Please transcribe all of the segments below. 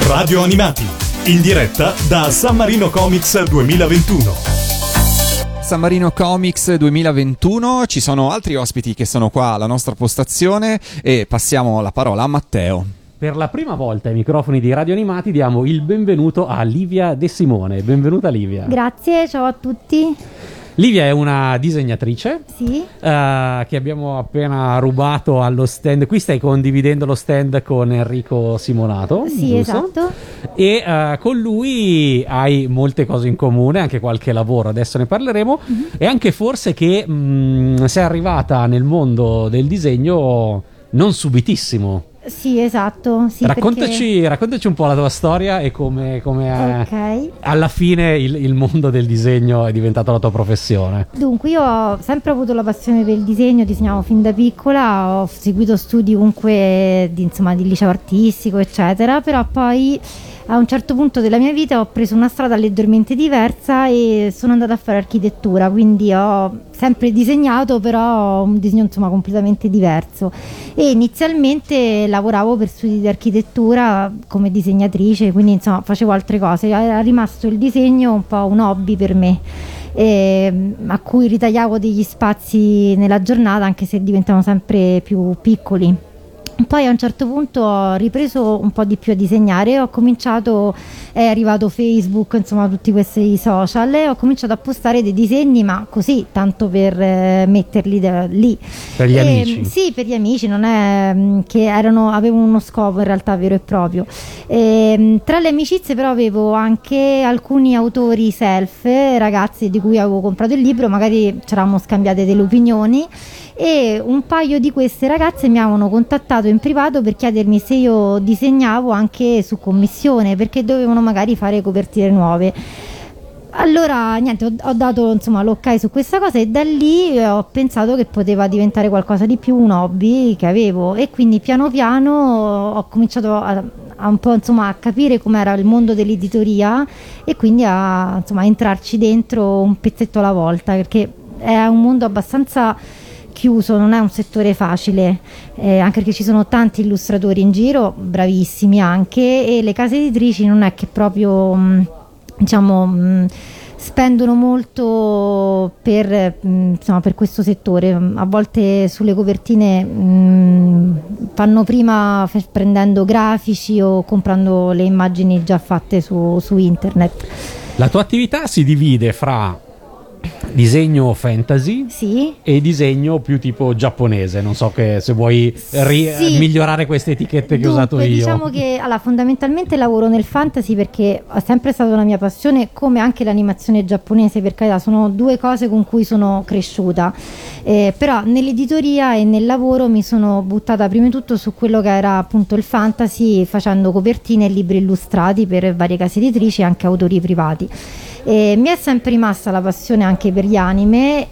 Radio Animati, in diretta da San Marino Comics 2021. San Marino Comics 2021, ci sono altri ospiti che sono qua alla nostra postazione e passiamo la parola a Matteo. Per la prima volta ai microfoni di Radio Animati diamo il benvenuto a Livia De Simone. Benvenuta Livia. Grazie, ciao a tutti. Livia è una disegnatrice, sì, che abbiamo appena rubato allo stand. Qui stai condividendo lo stand con Enrico Simonato, sì, giusto? esatto. E con lui hai molte cose in comune, anche qualche lavoro, adesso ne parleremo. E anche forse che sei arrivata nel mondo del disegno non subitissimo. Sì, esatto. Sì, raccontaci un po' la tua storia e come okay, alla fine il mondo del disegno è diventato la tua professione. Dunque, io ho sempre avuto la passione per il disegno, disegnavo fin da piccola, ho seguito studi comunque di liceo artistico, eccetera, però poi a un certo punto della mia vita ho preso una strada leggermente diversa e sono andata a fare architettura, quindi ho sempre disegnato, però un disegno completamente diverso. E inizialmente lavoravo per studi di architettura come disegnatrice, quindi facevo altre cose. Era rimasto il disegno un po' un hobby per me, a cui ritagliavo degli spazi nella giornata, anche se diventavano sempre più piccoli. Poi a un certo punto ho ripreso un po' di più a disegnare, ho cominciato, è arrivato Facebook, tutti questi social, e ho cominciato a postare dei disegni, ma così, tanto per metterli lì. Per gli amici? Sì, per gli amici, non è che avevano uno scopo in realtà vero e proprio. Tra le amicizie però avevo anche alcuni autori self, ragazzi di cui avevo comprato il libro, magari ci eravamo scambiate delle opinioni, e un paio di queste ragazze mi avevano contattato in privato per chiedermi se io disegnavo anche su commissione, perché dovevano magari fare copertine nuove. Allora niente, ho dato l'ok su questa cosa, e da lì ho pensato che poteva diventare qualcosa di più, un hobby che avevo, e quindi piano piano ho cominciato a un po' a capire com'era il mondo dell'editoria, e quindi a entrarci dentro un pezzetto alla volta, perché è un mondo abbastanza chiuso, non è un settore facile, anche perché ci sono tanti illustratori in giro, bravissimi anche, e le case editrici non è che proprio spendono molto per questo settore. A volte sulle copertine fanno prima prendendo grafici o comprando le immagini già fatte su internet. La tua attività si divide fra disegno fantasy, sì, e disegno più tipo giapponese. Non so che se vuoi migliorare queste etichette che ho usato io. Diciamo che fondamentalmente lavoro nel fantasy perché è sempre stata una mia passione, come anche l'animazione giapponese, per carità, sono due cose con cui sono cresciuta, però nell'editoria e nel lavoro mi sono buttata prima di tutto su quello che era appunto il fantasy, facendo copertine e libri illustrati per varie case editrici e anche autori privati. Mi è sempre rimasta la passione anche per gli anime,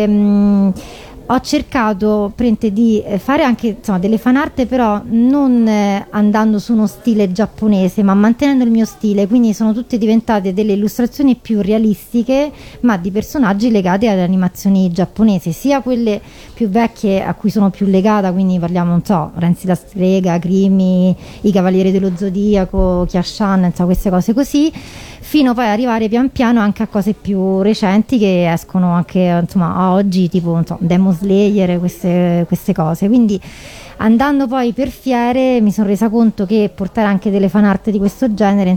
e ho cercato di fare anche delle fan art, però non andando su uno stile giapponese, ma mantenendo il mio stile, quindi sono tutte diventate delle illustrazioni più realistiche, ma di personaggi legati alle animazioni giapponesi, sia quelle più vecchie a cui sono più legata, quindi parliamo Renzi la strega, Crimi, i Cavalieri dello Zodiaco, Kiashan, queste cose così, fino poi ad arrivare pian piano anche a cose più recenti che escono anche a oggi, tipo Demon Slayer, queste cose. Quindi andando poi per fiere mi sono resa conto che portare anche delle fan art di questo genere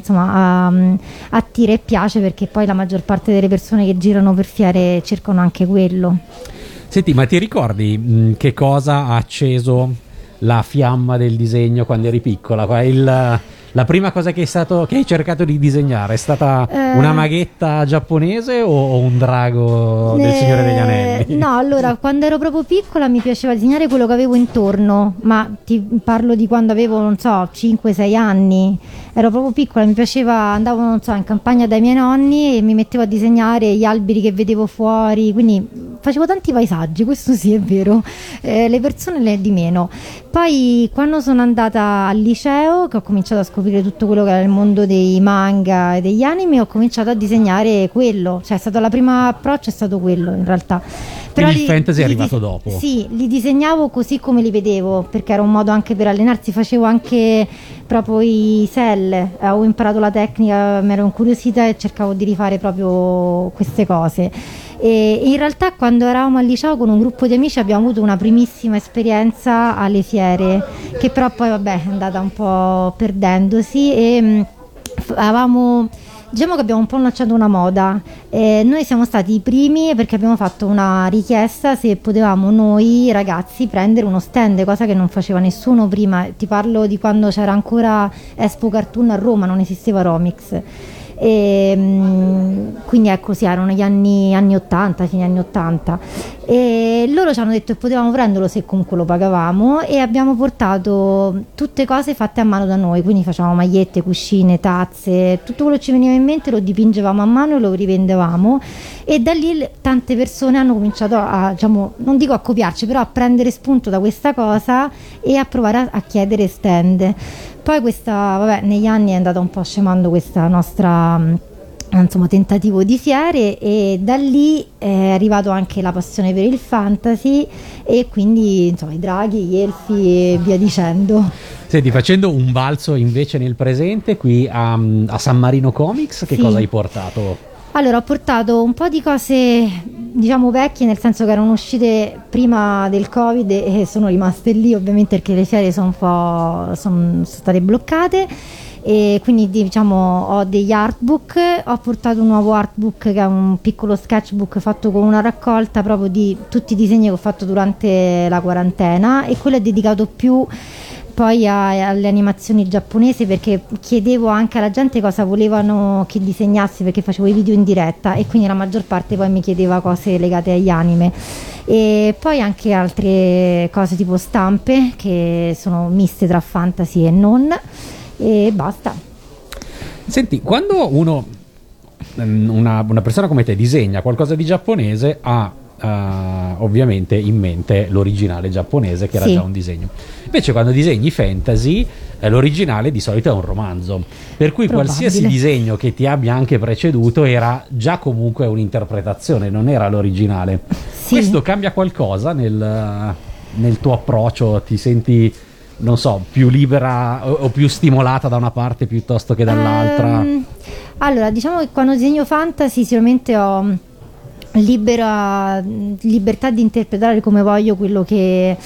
attira e piace, perché poi la maggior parte delle persone che girano per fiere cercano anche quello. Senti, ma ti ricordi che cosa ha acceso la fiamma del disegno quando eri piccola? La prima cosa che hai cercato di disegnare è stata una maghetta giapponese o un drago del Signore degli Anelli? No, allora, quando ero proprio piccola mi piaceva disegnare quello che avevo intorno, ma ti parlo di quando avevo, 5-6 anni. Ero proprio piccola, mi piaceva, andavo, in campagna dai miei nonni e mi mettevo a disegnare gli alberi che vedevo fuori, quindi facevo tanti paesaggi, questo sì è vero, le persone di meno. Poi quando sono andata al liceo, che ho cominciato a scoprire tutto quello che era il mondo dei manga e degli anime, ho cominciato a disegnare quello, cioè è stato la prima approccio, è stato quello in realtà. Però Quindi il fantasy è arrivato dopo. Sì, li disegnavo così come li vedevo, perché era un modo anche per allenarsi, facevo anche proprio i cell, avevo imparato la tecnica, mi ero incuriosita e cercavo di rifare proprio queste cose. E in realtà quando eravamo al liceo con un gruppo di amici abbiamo avuto una primissima esperienza alle fiere, che però poi vabbè è andata un po' perdendosi, e avevamo, diciamo che abbiamo un po' lanciato una moda. Noi siamo stati i primi perché abbiamo fatto una richiesta se potevamo noi ragazzi prendere uno stand, cosa che non faceva nessuno prima. Ti parlo di quando c'era ancora Expo Cartoon a Roma, non esisteva Romix. Quindi ecco, sì, erano gli anni 80, fine anni 80, e loro ci hanno detto che potevamo prenderlo se comunque lo pagavamo, e abbiamo portato tutte cose fatte a mano da noi, quindi facevamo magliette, cuscine, tazze, tutto quello che ci veniva in mente lo dipingevamo a mano e lo rivendevamo, e da lì tante persone hanno cominciato a, diciamo, non dico a copiarci, però a prendere spunto da questa cosa e a provare a chiedere stand. Poi vabbè, negli anni è andata un po' scemando questa nostra insomma tentativo di fiere, e da lì è arrivato anche la passione per il fantasy, e quindi insomma i draghi, gli elfi e via dicendo. Senti, facendo un balzo invece nel presente, qui a San Marino Comics, che Sì. cosa hai portato? Allora, ho portato un po' di cose, diciamo, vecchie, nel senso che erano uscite prima del Covid e sono rimaste lì, ovviamente perché le fiere sono state bloccate, e quindi diciamo ho degli artbook. Ho portato un nuovo artbook che è un piccolo sketchbook fatto con una raccolta proprio di tutti i disegni che ho fatto durante la quarantena, e quello è dedicato più poi alle animazioni giapponesi, perché chiedevo anche alla gente cosa volevano che disegnassi, perché facevo i video in diretta e quindi la maggior parte poi mi chiedeva cose legate agli anime, e poi anche altre cose tipo stampe che sono miste tra fantasy e non, e basta. Senti, quando una persona come te disegna qualcosa di giapponese ha ovviamente in mente l'originale giapponese, che era Sì. già un disegno. Invece quando disegni fantasy, l'originale di solito è un romanzo, per cui Probabile. qualsiasi disegno che ti abbia anche preceduto era già comunque un'interpretazione, non era l'originale. Sì. Questo cambia qualcosa nel tuo approccio? Ti senti, non so, più libera o più stimolata da una parte piuttosto che dall'altra? Allora, diciamo che quando disegno fantasy sicuramente ho libertà di interpretare come voglio quello che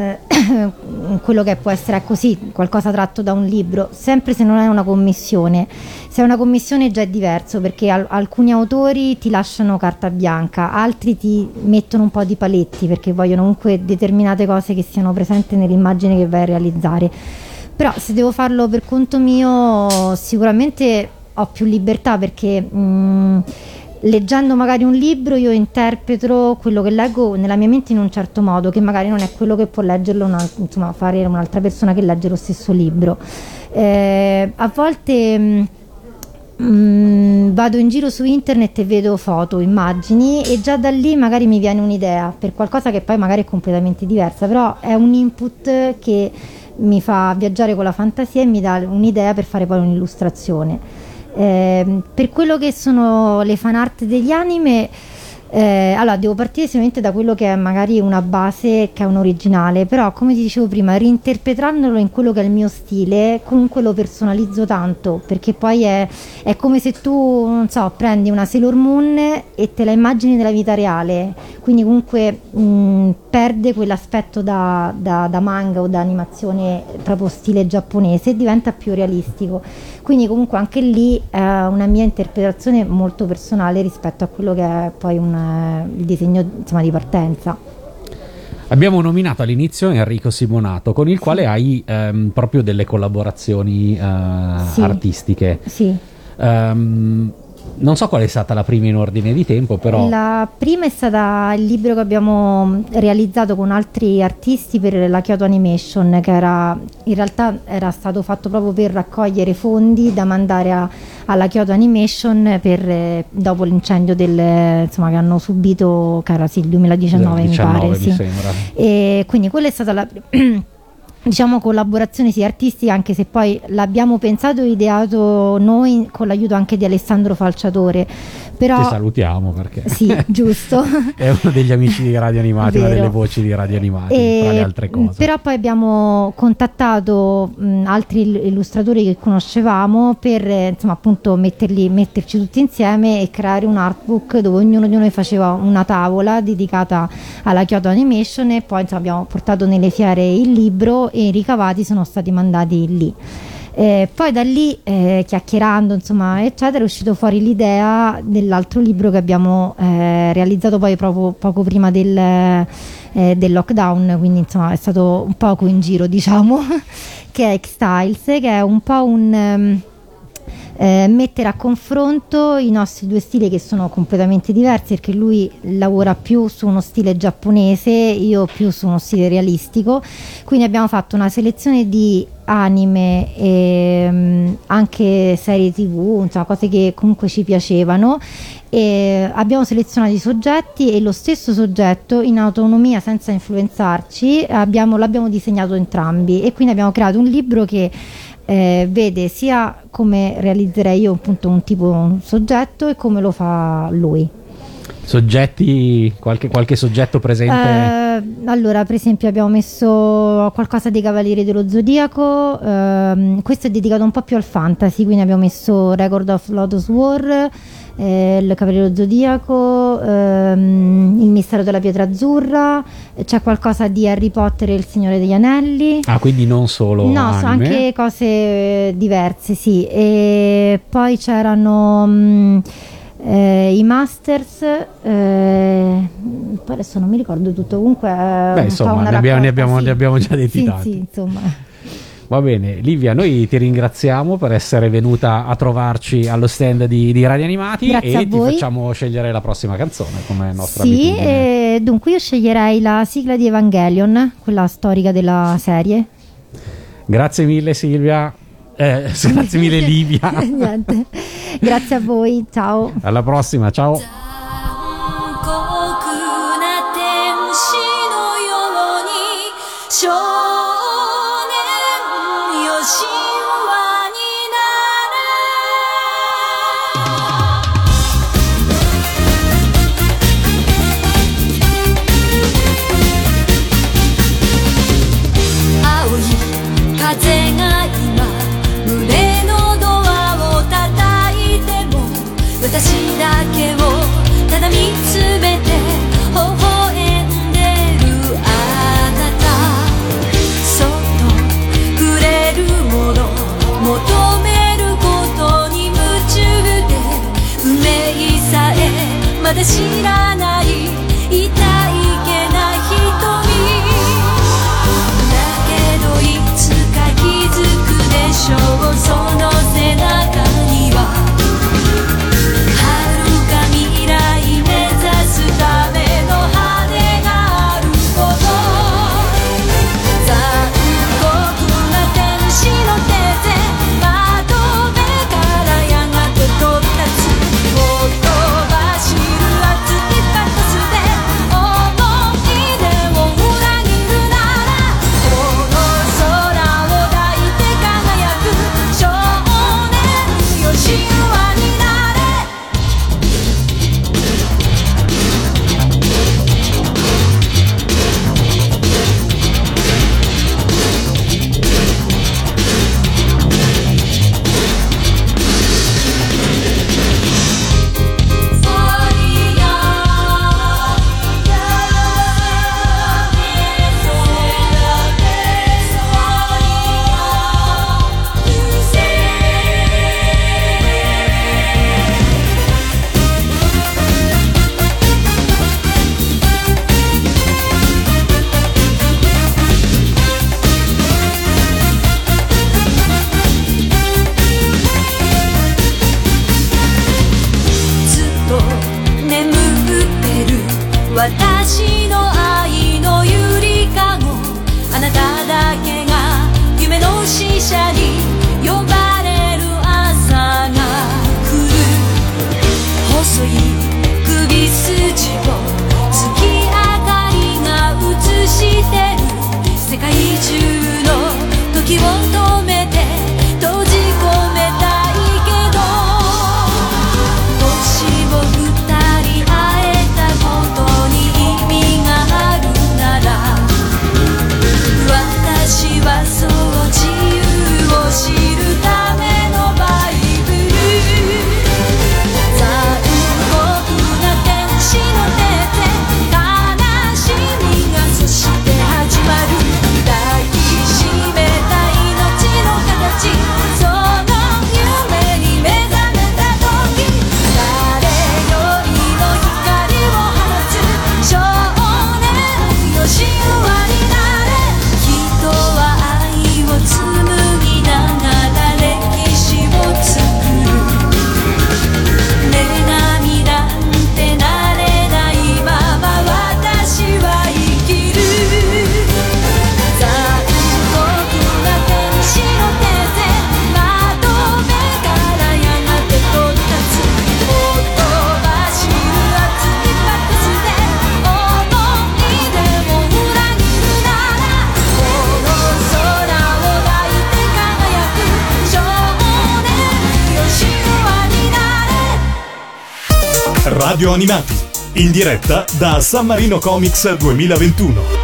può essere così, qualcosa tratto da un libro, sempre se non è una commissione. Se è una commissione già è diverso, perché alcuni autori ti lasciano carta bianca, altri ti mettono un po' di paletti perché vogliono comunque determinate cose che siano presenti nell'immagine che vai a realizzare. Però se devo farlo per conto mio sicuramente ho più libertà, perché leggendo magari un libro io interpreto quello che leggo nella mia mente in un certo modo, che magari non è quello che può leggerlo fare un'altra persona che legge lo stesso libro. A volte vado in giro su internet e vedo foto, immagini, e già da lì magari mi viene un'idea per qualcosa che poi magari è completamente diversa, però è un input che mi fa viaggiare con la fantasia e mi dà un'idea per fare poi un'illustrazione. Per quello che sono le fan art degli anime, allora devo partire sicuramente da quello che è magari una base, che è un originale, però come ti dicevo prima, reinterpretandolo in quello che è il mio stile, comunque lo personalizzo tanto, perché poi è come se tu, non so, prendi una Sailor Moon e te la immagini nella vita reale, quindi comunque perde quell'aspetto da manga o da animazione proprio stile giapponese e diventa più realistico. Quindi comunque anche lì è una mia interpretazione molto personale rispetto a quello che è poi il disegno, insomma, di partenza. Abbiamo nominato all'inizio Enrico Simonato, con il quale hai proprio delle collaborazioni Sì. artistiche. Sì. Non so qual è stata la prima in ordine di tempo, però La prima è stata il libro che abbiamo realizzato con altri artisti per la Kyoto Animation, che in realtà era stato fatto proprio per raccogliere fondi da mandare alla Kyoto Animation dopo l'incendio che hanno subito, che era il 2019 mi pare. mi Sì. sembra. E quindi quella è stata diciamo collaborazione sì artistica, anche se poi l'abbiamo pensato e ideato noi con l'aiuto anche di Alessandro Falciatore, però Ti salutiamo perché sì, giusto. è uno degli amici di Radio Animati, una Vero. delle voci di Radio Animati, tra le altre cose. Però poi abbiamo contattato altri illustratori che conoscevamo per insomma appunto metterci tutti insieme e creare un artbook dove ognuno di noi faceva una tavola dedicata alla Kyoto Animation, e poi insomma abbiamo portato nelle fiere il libro e i ricavati sono stati mandati lì. Poi da lì chiacchierando insomma eccetera è uscito fuori l'idea dell'altro libro che abbiamo realizzato poi proprio poco prima del lockdown, quindi insomma è stato un poco in giro diciamo che è X-Styles, che è un po' un mettere a confronto i nostri due stili che sono completamente diversi, perché lui lavora più su uno stile giapponese, io più su uno stile realistico, quindi abbiamo fatto una selezione di anime e anche serie tv, insomma cose che comunque ci piacevano, e abbiamo selezionato i soggetti e lo stesso soggetto in autonomia senza influenzarci l'abbiamo disegnato entrambi, e quindi abbiamo creato un libro che vede sia come realizzerei io appunto un soggetto e come lo fa lui. Soggetti, qualche soggetto presente? Allora, per esempio abbiamo messo qualcosa dei Cavalieri dello Zodiaco, questo è dedicato un po' più al fantasy, quindi abbiamo messo Record of Lotus War, il Cavaliere dello Zodiaco, il Mistero della Pietra Azzurra, c'è qualcosa di Harry Potter e il Signore degli Anelli. Ah, quindi non solo no, anime. anche cose diverse, sì. E poi c'erano i Masters, poi adesso non mi ricordo tutto, comunque insomma ne abbiamo già detti sì, tanti. sì, insomma. Va bene, Livia, noi ti ringraziamo per essere venuta a trovarci allo stand di Radio Animati. Grazie a e ti voi. facciamo scegliere la prossima canzone come nostra Sì, abitudine. dunque io sceglierei la sigla di Evangelion, quella storica della serie. Grazie mille Silvia, grazie mille Livia. Niente. Grazie a voi, ciao. Alla prossima, ciao. 残酷な天使のように少年よ神話になれ青い風が今胸のドアを叩いても私だけをただ見つめて微笑んでるあなたそっとくれるもの求めることに夢中で運命さえまだ知らない痛いけな瞳だけどいつか気づくでしょうその背中には未来目指すための羽があること残酷な天使の手で窓辺からやがて飛び立つほとばしる熱い Radio Animati, in diretta da San Marino Comics 2021.